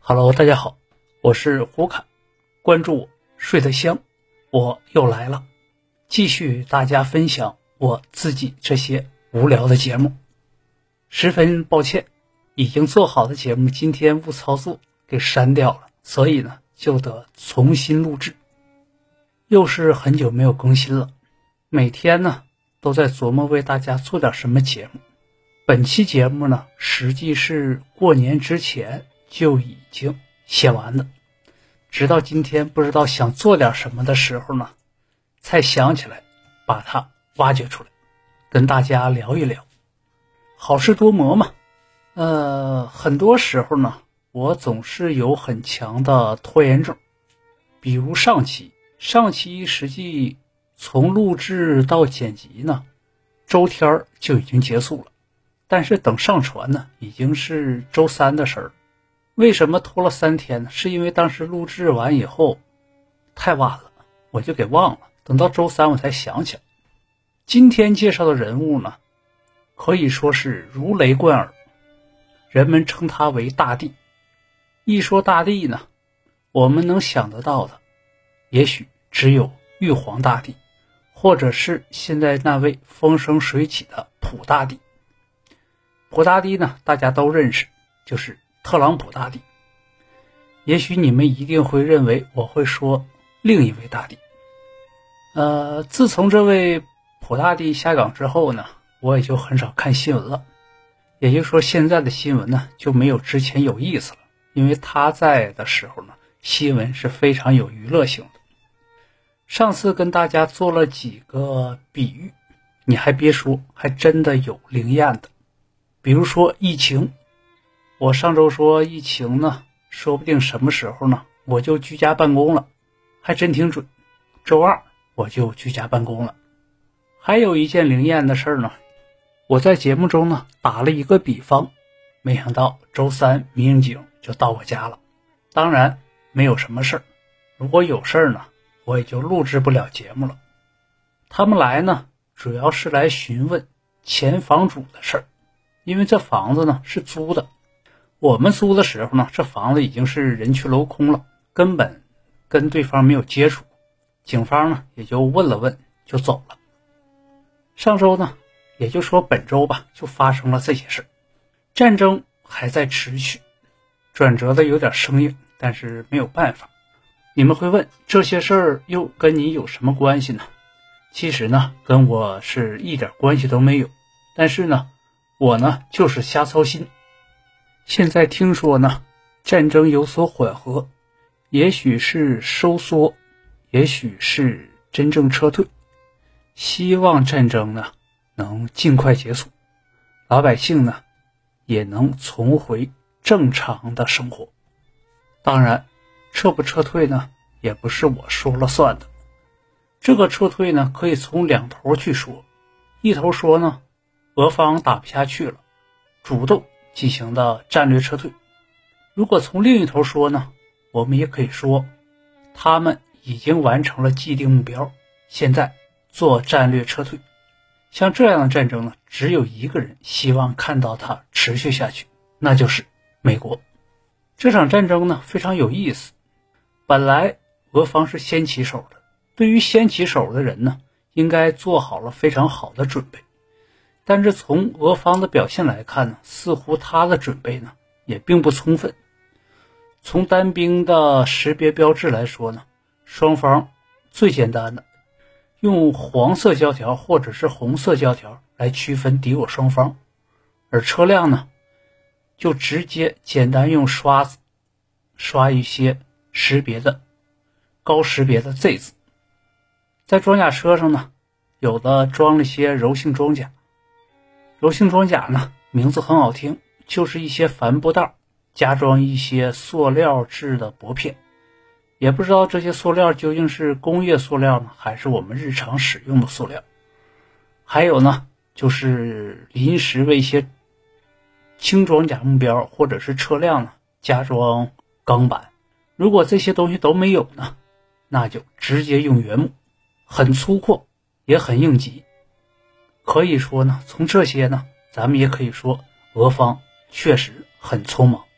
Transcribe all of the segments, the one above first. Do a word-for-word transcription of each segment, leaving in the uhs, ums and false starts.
Hello， 大家好，我是胡侃，关注我睡得香，我又来了，继续与大家分享我自己这些无聊的节目。十分抱歉，已经做好的节目今天误操作给删掉了，所以呢就得重新录制。又是很久没有更新了，每天呢都在琢磨为大家做点什么节目。本期节目呢实际是过年之前就已经写完的，直到今天不知道想做点什么的时候呢，才想起来把它挖掘出来，跟大家聊一聊。好事多磨嘛，呃，很多时候呢，我总是有很强的拖延症。比如上期，上期实际从录制到剪辑呢，周天就已经结束了，但是等上传呢，已经是周三的事儿了。为什么拖了三天呢？是因为当时录制完以后太晚了，我就给忘了，等到周三我才想起来。今天介绍的人物呢，可以说是如雷贯耳，人们称他为大帝。一说大帝呢，我们能想得到的也许只有玉皇大帝，或者是现在那位风生水起的普大帝。普大帝呢，大家都认识，就是特朗普大帝。也许你们一定会认为我会说另一位大帝。呃，自从这位普大帝下岗之后呢，我也就很少看新闻了。也就是说，现在的新闻呢就没有之前有意思了，因为他在的时候呢，新闻是非常有娱乐性的。上次跟大家做了几个比喻，你还别说，还真的有灵验的。比如说疫情，我上周说疫情呢，说不定什么时候呢，我就居家办公了，还真挺准。周二我就居家办公了。还有一件灵验的事呢，我在节目中呢打了一个比方，没想到周三民警就到我家了。当然没有什么事儿，如果有事儿呢，我也就录制不了节目了。他们来呢，主要是来询问前房主的事儿，因为这房子呢是租的。我们租的时候呢，这房子已经是人去楼空了，根本跟对方没有接触。警方呢也就问了问就走了。上周呢，也就说本周吧，就发生了这些事。战争还在持续，转折的有点生硬，但是没有办法。你们会问，这些事儿又跟你有什么关系呢？其实呢，跟我是一点关系都没有，但是呢，我呢就是瞎操心。现在听说呢，战争有所缓和，也许是收缩，也许是真正撤退。希望战争呢能尽快结束，老百姓呢也能重回正常的生活。当然，撤不撤退呢，也不是我说了算的。这个撤退呢，可以从两头去说。一头说呢，俄方打不下去了，主动进行的战略撤退。如果从另一头说呢，我们也可以说，他们已经完成了既定目标，现在做战略撤退。像这样的战争呢，只有一个人希望看到它持续下去，那就是美国。这场战争呢非常有意思，本来俄方是先起手的，对于先起手的人呢，应该做好了非常好的准备。但是从俄方的表现来看呢，似乎他的准备呢也并不充分。从单兵的识别标志来说呢，双方最简单的用黄色胶条或者是红色胶条来区分敌我双方，而车辆呢就直接简单用刷子刷一些识别的高识别的 Z 字。在装甲车上呢，有的装了一些柔性装甲。柔性装甲呢名字很好听，就是一些帆布袋加装一些塑料制的薄片，也不知道这些塑料究竟是工业塑料呢，还是我们日常使用的塑料。还有呢，就是临时为一些轻装甲目标或者是车辆呢加装钢板。如果这些东西都没有呢，那就直接用原木，很粗犷也很应急。可以说呢，从这些呢，咱们也可以说俄方确实很匆忙，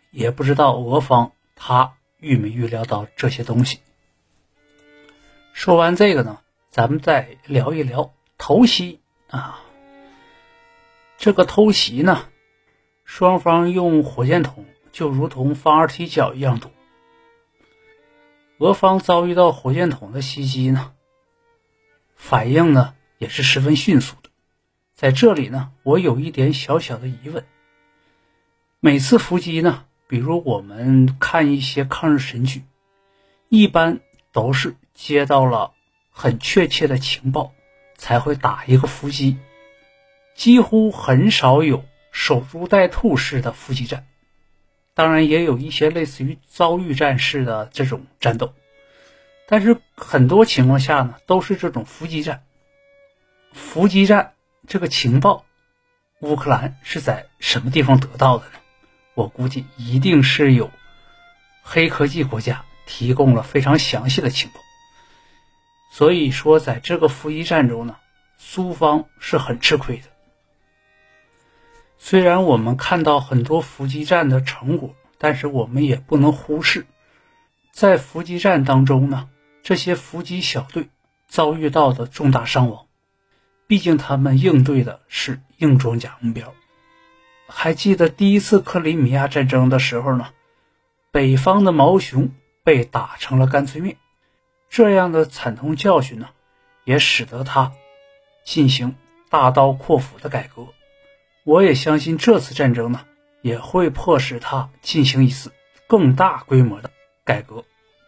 也不知道俄方他预没预料到这些东西。说完这个呢，咱们再聊一聊偷袭啊。这个偷袭呢，双方用火箭筒就如同放二踢脚一样多。俄方遭遇到火箭筒的袭击呢，反应呢也是十分迅速的。在这里呢，我有一点小小的疑问。每次伏击呢，比如我们看一些抗日神剧，一般都是接到了很确切的情报才会打一个伏击，几乎很少有守株待兔式的伏击战。当然也有一些类似于遭遇战式的这种战斗，但是很多情况下呢，都是这种伏击战。伏击战这个情报，乌克兰是在什么地方得到的呢？我估计一定是有黑科技国家提供了非常详细的情报。所以说在这个伏击战中呢，苏方是很吃亏的。虽然我们看到很多伏击战的成果，但是我们也不能忽视，在伏击战当中呢，这些伏击小队遭遇到的重大伤亡，毕竟他们应对的是硬装甲目标。还记得第一次克里米亚战争的时候呢，北方的毛熊被打成了干脆面，这样的惨痛教训呢，也使得他进行大刀阔斧的改革。我也相信这次战争呢，也会迫使他进行一次更大规模的改革。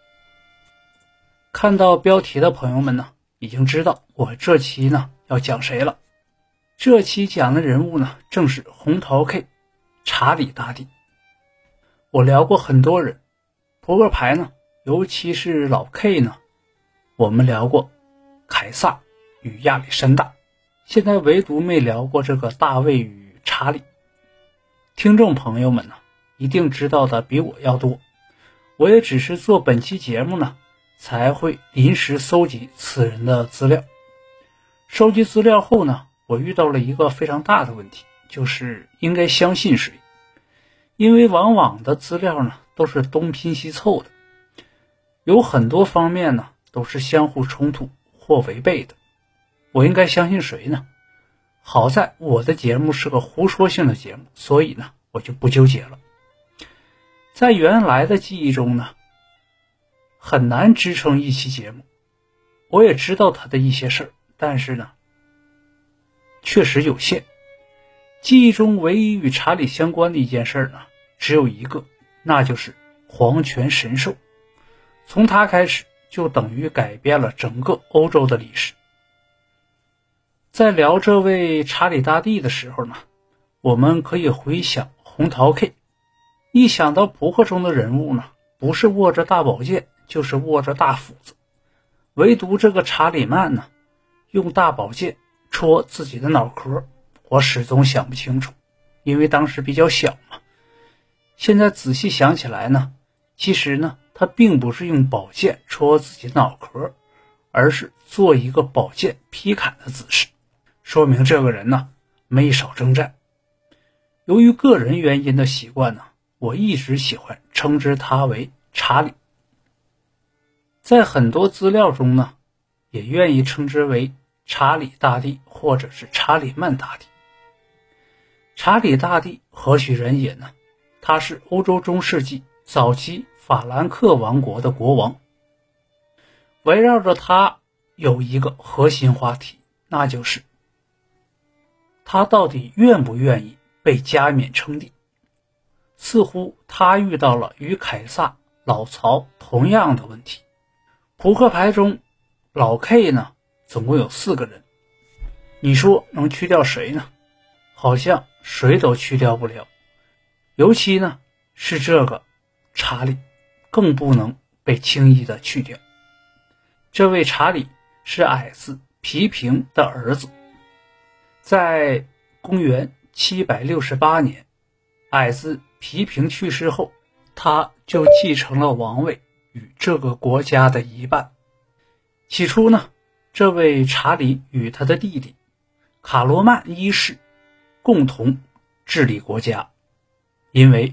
看到标题的朋友们呢，已经知道我这期呢要讲谁了。这期讲的人物呢，正是红桃 K 查理大帝。我聊过很多人，扑克牌呢，尤其是老 K 呢，我们聊过凯撒与亚历山大，现在唯独没聊过这个大卫与查理。听众朋友们呢，一定知道的比我要多，我也只是做本期节目呢，才会临时搜集此人的资料。收集资料后呢，我遇到了一个非常大的问题，就是应该相信谁。因为往往的资料呢，都是东拼西凑的，有很多方面呢，都是相互冲突或违背的。我应该相信谁呢？好在我的节目是个胡说性的节目，所以呢，我就不纠结了。在原来的记忆中呢，很难支撑一期节目。我也知道他的一些事儿，但是呢，确实有限。记忆中唯一与查理相关的一件事呢，只有一个，那就是皇权神授。从他开始，就等于改变了整个欧洲的历史。在聊这位查理大帝的时候呢，我们可以回想红桃 K。一想到扑克中的人物呢，不是握着大宝剑，就是握着大斧子。唯独这个查理曼呢，用大宝剑戳自己的脑壳，我始终想不清楚，因为当时比较小嘛。现在仔细想起来呢，其实呢，他并不是用宝剑戳自己的脑壳，而是做一个宝剑劈砍的姿势，说明这个人呢，没少征战。由于个人原因的习惯呢，我一直喜欢称之他为查理。在很多资料中呢，也愿意称之为查理大帝或者是查理曼大帝。查理大帝何许人也呢？他是欧洲中世纪早期法兰克王国的国王。围绕着他有一个核心话题，那就是他到底愿不愿意被加冕称帝。似乎他遇到了与凯撒、老曹同样的问题。扑克牌中老 K 呢，总共有四个人，你说能去掉谁呢？好像谁都去掉不了，尤其呢是这个查理，更不能被轻易的去掉。这位查理是矮子皮平的儿子，在公元七百六十八年，矮子皮平去世后，他就继承了王位与这个国家的一半。起初呢，这位查理与他的弟弟卡罗曼一世共同治理国家，因为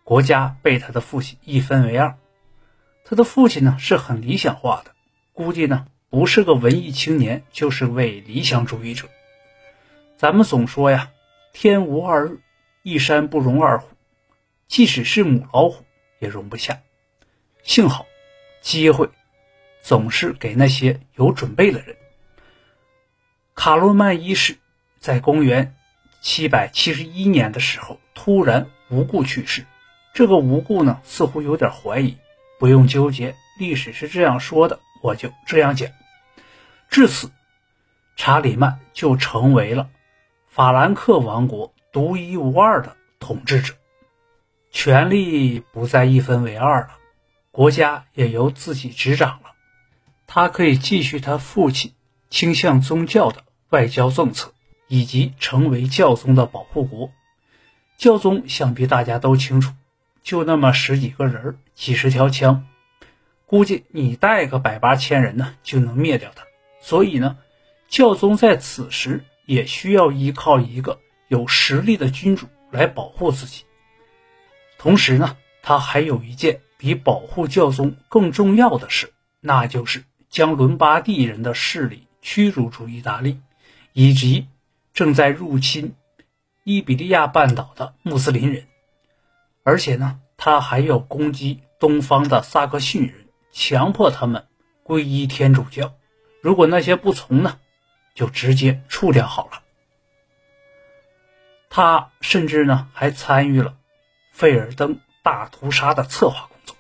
国家被他的父亲一分为二。他的父亲呢是很理想化的，估计呢不是个文艺青年，就是位理想主义者。咱们总说呀，天无二日，一山不容二虎，即使是母老虎也容不下。幸好机会总是给那些有准备的人。卡洛曼一世在公元七百七十一年的时候突然无故去世，这个无故呢似乎有点怀疑，不用纠结，历史是这样说的，我就这样讲。至此，查理曼就成为了法兰克王国独一无二的统治者，权力不再一分为二了，国家也由自己执掌了，他可以继续他父亲倾向宗教的外交政策，以及成为教宗的保护国。教宗想必大家都清楚，就那么十几个人，几十条枪，估计你带个百八千人呢就能灭掉他。所以呢，教宗在此时也需要依靠一个有实力的君主来保护自己。同时呢，他还有一件比保护教宗更重要的事，那就是将伦巴第人的势力驱逐出意大利，以及正在入侵伊比利亚半岛的穆斯林人。而且呢，他还要攻击东方的萨克逊人，强迫他们皈依天主教。如果那些不从呢，就直接处掉好了。他甚至呢还参与了费尔登大屠杀的策划工作。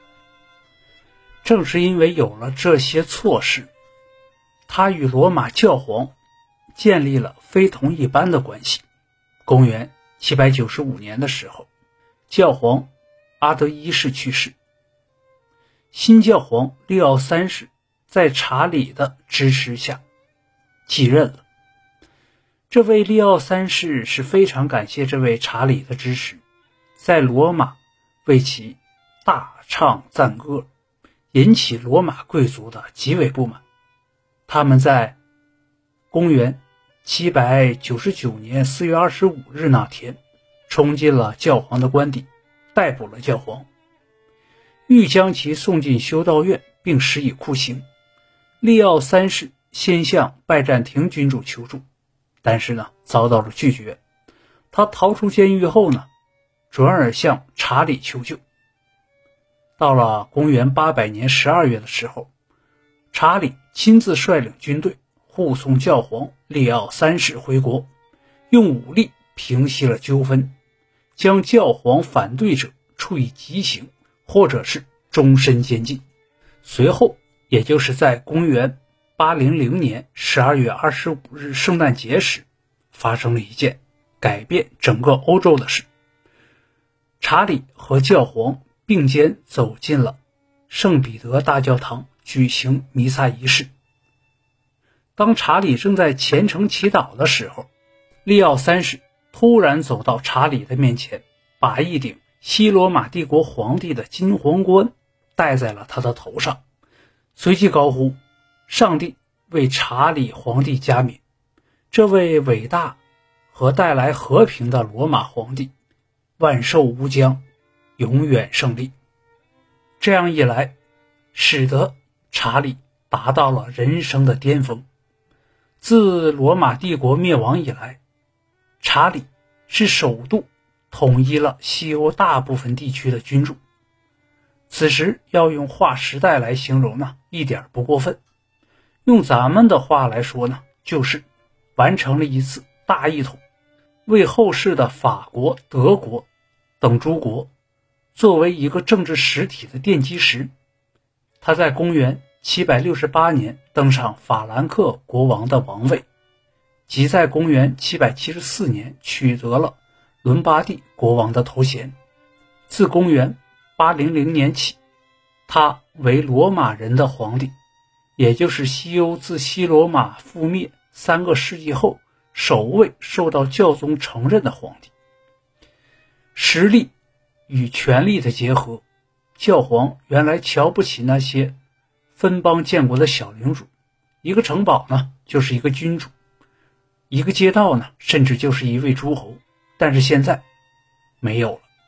正是因为有了这些措施，他与罗马教皇建立了非同一般的关系。公元七百九十五年的时候，教皇阿德一世去世，新教皇利奥三世在查理的支持下继任了。这位利奥三世是非常感谢这位查理的支持，在罗马为其大唱赞歌，引起罗马贵族的极为不满。他们在公元七百九十九年四月二十五日那天冲进了教皇的官邸，逮捕了教皇，欲将其送进修道院并施以酷刑。利奥三世先向拜占庭君主求助，但是呢遭到了拒绝。他逃出监狱后呢，转而向查理求救。到了公元八百年十二月的时候，查理亲自率领军队护送教皇利奥三世回国，用武力平息了纠纷，将教皇反对者处以极刑或者是终身监禁。随后，也就是在公元八零零年十二月二十五日圣诞节时，发生了一件改变整个欧洲的事。查理和教皇并肩走进了圣彼得大教堂举行弥撒仪式。当查理正在虔诚祈祷的时候，利奥三世突然走到查理的面前，把一顶西罗马帝国皇帝的金皇冠戴在了他的头上，随即高呼：上帝为查理皇帝加冕，这位伟大和带来和平的罗马皇帝万寿无疆，永远胜利。这样一来，使得查理达到了人生的巅峰。自罗马帝国灭亡以来，查理是首度统一了西欧大部分地区的君主。此时要用划时代来形容呢，一点不过分。用咱们的话来说呢，就是完成了一次大一统，为后世的法国、德国等诸国作为一个政治实体的奠基石。他在公元七百六十八年登上法兰克国王的王位，即在公元七百七十四年取得了伦巴第国王的头衔。自公元八零零年起，他为罗马人的皇帝，也就是西欧自西罗马覆灭三个世纪后首位受到教宗承认的皇帝。实力与权力的结合，教皇原来瞧不起那些分邦建国的小领主，一个城堡呢就是一个君主，一个街道呢甚至就是一位诸侯。但是现在没有了，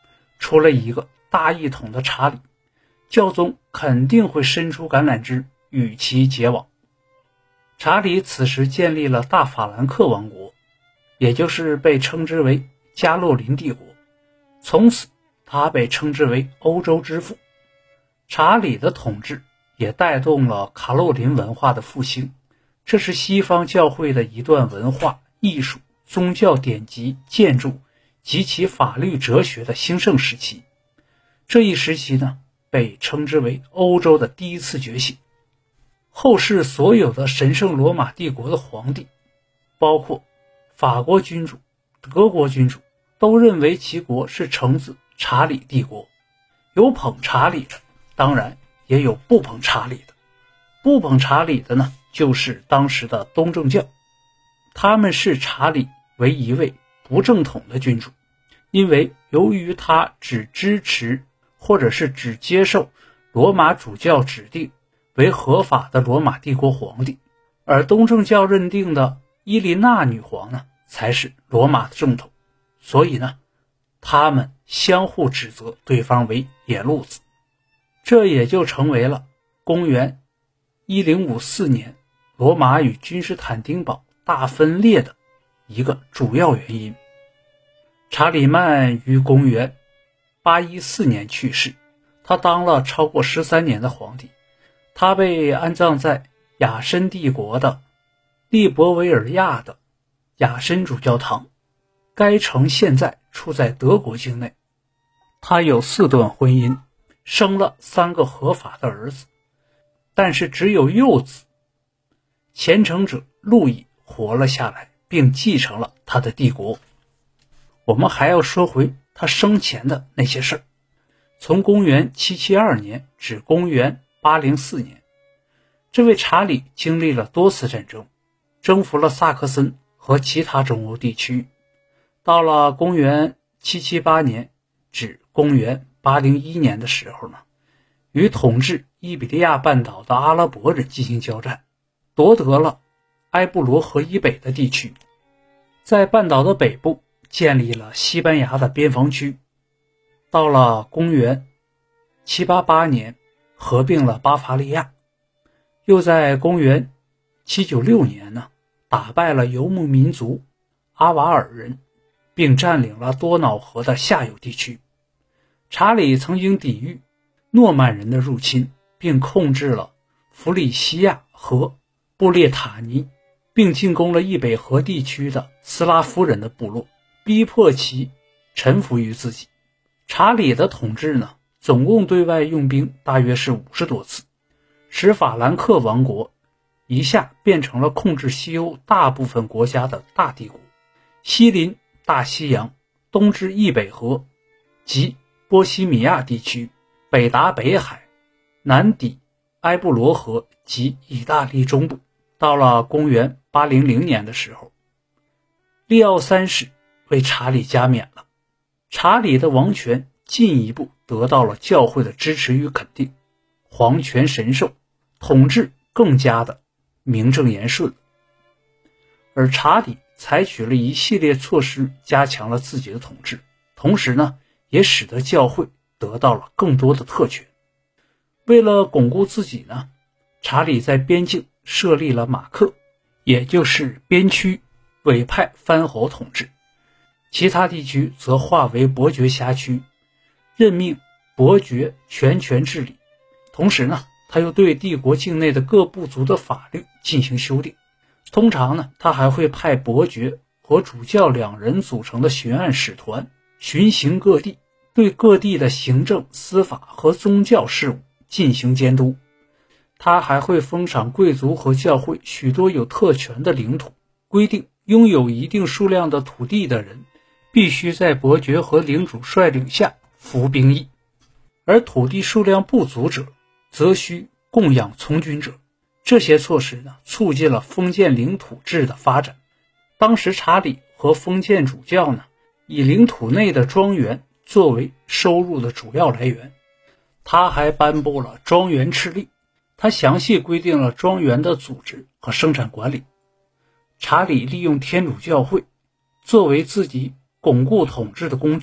出了一个大一统的查理，教宗肯定会伸出橄榄枝与其结网。查理此时建立了大法兰克王国，也就是被称之为加洛林帝国，从此他被称之为欧洲之父。查理的统治也带动了卡洛林文化的复兴，这是西方教会的一段文化、艺术、宗教典籍、建筑及其法律哲学的兴盛时期。这一时期呢，被称之为欧洲的第一次觉醒。后世所有的神圣罗马帝国的皇帝，包括法国君主、德国君主，都认为其国是承自查理帝国。有捧查理的，当然也有不捧查理的。不捧查理的呢，就是当时的东正教，他们视查理为一位不正统的君主，因为由于他只支持或者是只接受罗马主教指定为合法的罗马帝国皇帝，而东正教认定的伊琳娜女皇呢，才是罗马的正统，所以呢，他们相互指责对方为野路子，这也就成为了公元一零五四年罗马与君士坦丁堡大分裂的一个主要原因。查理曼于公元八一四年去世，他当了超过十三年的皇帝。他被安葬在亚申帝国的利博维尔亚的亚申主教堂，该城现在处在德国境内。他有四段婚姻，生了三个合法的儿子，但是只有幼子虔诚者路易活了下来，并继承了他的帝国。我们还要说回他生前的那些事儿。从公元七七二年至公元八零四年，这位查理经历了多次战争，征服了萨克森和其他中欧地区。到了公元七七八年至公元八零一年的时候呢，与统治伊比利亚半岛的阿拉伯人进行交战，夺得了埃布罗河以北的地区，在半岛的北部建立了西班牙的边防区。到了公元七八八年合并了巴伐利亚，又在公元七九六年呢，打败了游牧民族阿瓦尔人，并占领了多瑙河的下游地区。查理曾经抵御诺曼人的入侵，并控制了弗里西亚和布列塔尼，并进攻了易北河地区的斯拉夫人的部落，逼迫其臣服于自己。查理的统治呢，总共对外用兵大约是五十多次，使法兰克王国一下变成了控制西欧大部分国家的大帝国，西临大西洋，东至易北河及波西米亚地区，北达北海，南抵埃布罗河及意大利中部。到了公元八零零年的时候，利奥三世为查理加冕了，查理的王权进一步得到了教会的支持与肯定，皇权神授，统治更加的名正言顺。而查理采取了一系列措施，加强了自己的统治，同时呢，也使得教会得到了更多的特权。为了巩固自己呢，查理在边境设立了马克，也就是边区，委派藩侯统治，其他地区则划为伯爵辖区，任命伯爵全权治理。同时呢，他又对帝国境内的各部族的法律进行修订。通常呢，他还会派伯爵和主教两人组成的巡按使团，巡行各地，对各地的行政、司法和宗教事务进行监督。他还会封赏贵族和教会许多有特权的领土，规定拥有一定数量的土地的人必须在伯爵和领主率领下服兵役，而土地数量不足者则需供养从军者。这些措施呢，促进了封建领土制的发展。当时查理和封建主教呢，以领土内的庄园作为收入的主要来源。他还颁布了庄园敕令，他详细规定了庄园的组织和生产管理。查理利用天主教会作为自己巩固统治的工具，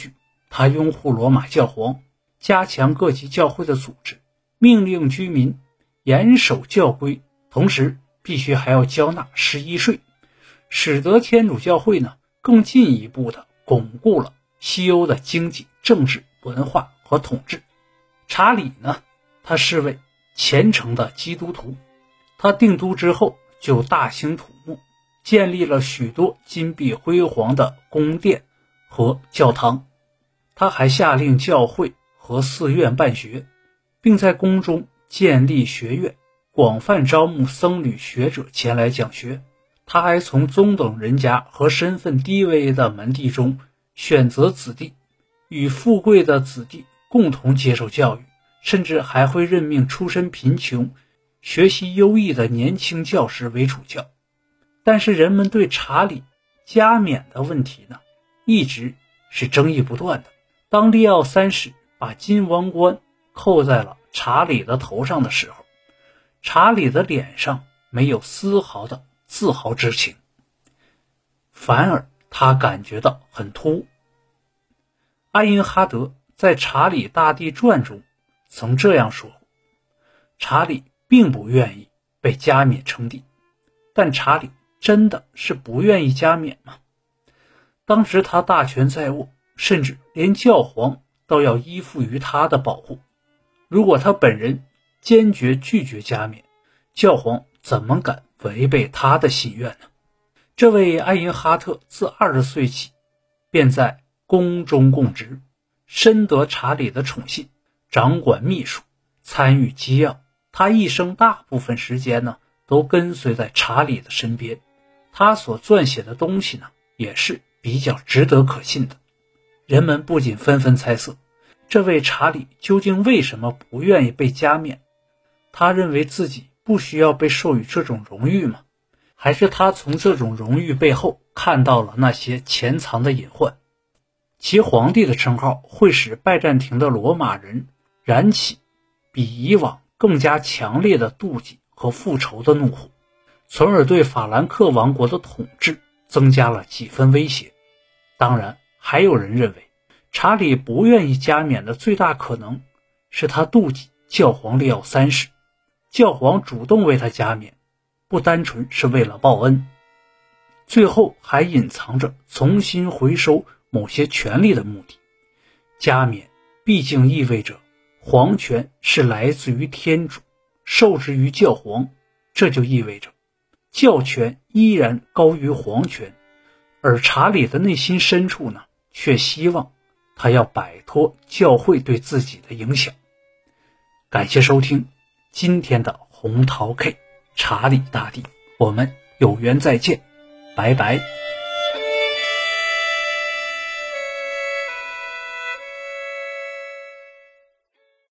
他拥护罗马教皇，加强各级教会的组织，命令居民严守教规，同时必须还要交纳十一税，使得天主教会呢更进一步的巩固了西欧的经济、政治、文化和统治。查理呢，他是位虔诚的基督徒，他定都之后就大兴土木，建立了许多金碧辉煌的宫殿和教堂。他还下令教会和寺院办学，并在宫中建立学院，广泛招募僧侣学者前来讲学。他还从中等人家和身份低微的门第中选择子弟，与富贵的子弟共同接受教育，甚至还会任命出身贫穷、学习优异的年轻教师为主教。但是人们对查理加冕的问题呢，一直是争议不断的。当利奥三世把金王冠扣在了查理的头上的时候，查理的脸上没有丝毫的自豪之情，反而他感觉到很突兀。爱因哈德在《查理大帝传》中曾这样说过，查理并不愿意被加冕称帝，但查理真的是不愿意加冕吗？当时他大权在握，甚至连教皇都要依附于他的保护。如果他本人坚决拒绝加冕，教皇怎么敢违背他的心愿呢？这位爱因哈特自二十岁起便在宫中供职，深得查理的宠信，掌管秘书，参与机要。他一生大部分时间呢，都跟随在查理的身边。他所撰写的东西呢，也是比较值得可信的。人们不仅纷纷猜测，这位查理究竟为什么不愿意被加冕？他认为自己不需要被授予这种荣誉吗？还是他从这种荣誉背后看到了那些潜藏的隐患？其皇帝的称号会使拜占庭的罗马人燃起比以往更加强烈的妒忌和复仇的怒火，从而对法兰克王国的统治增加了几分威胁。当然，还有人认为查理不愿意加冕的最大可能是他妒忌教皇利奥三世，教皇主动为他加冕，不单纯是为了报恩，最后还隐藏着重新回收某些权力的目的。加冕毕竟意味着皇权是来自于天主，受制于教皇，这就意味着教权依然高于皇权，而查理的内心深处呢，却希望他要摆脱教会对自己的影响。感谢收听今天的红桃 K 查理大帝，我们有缘再见，拜拜。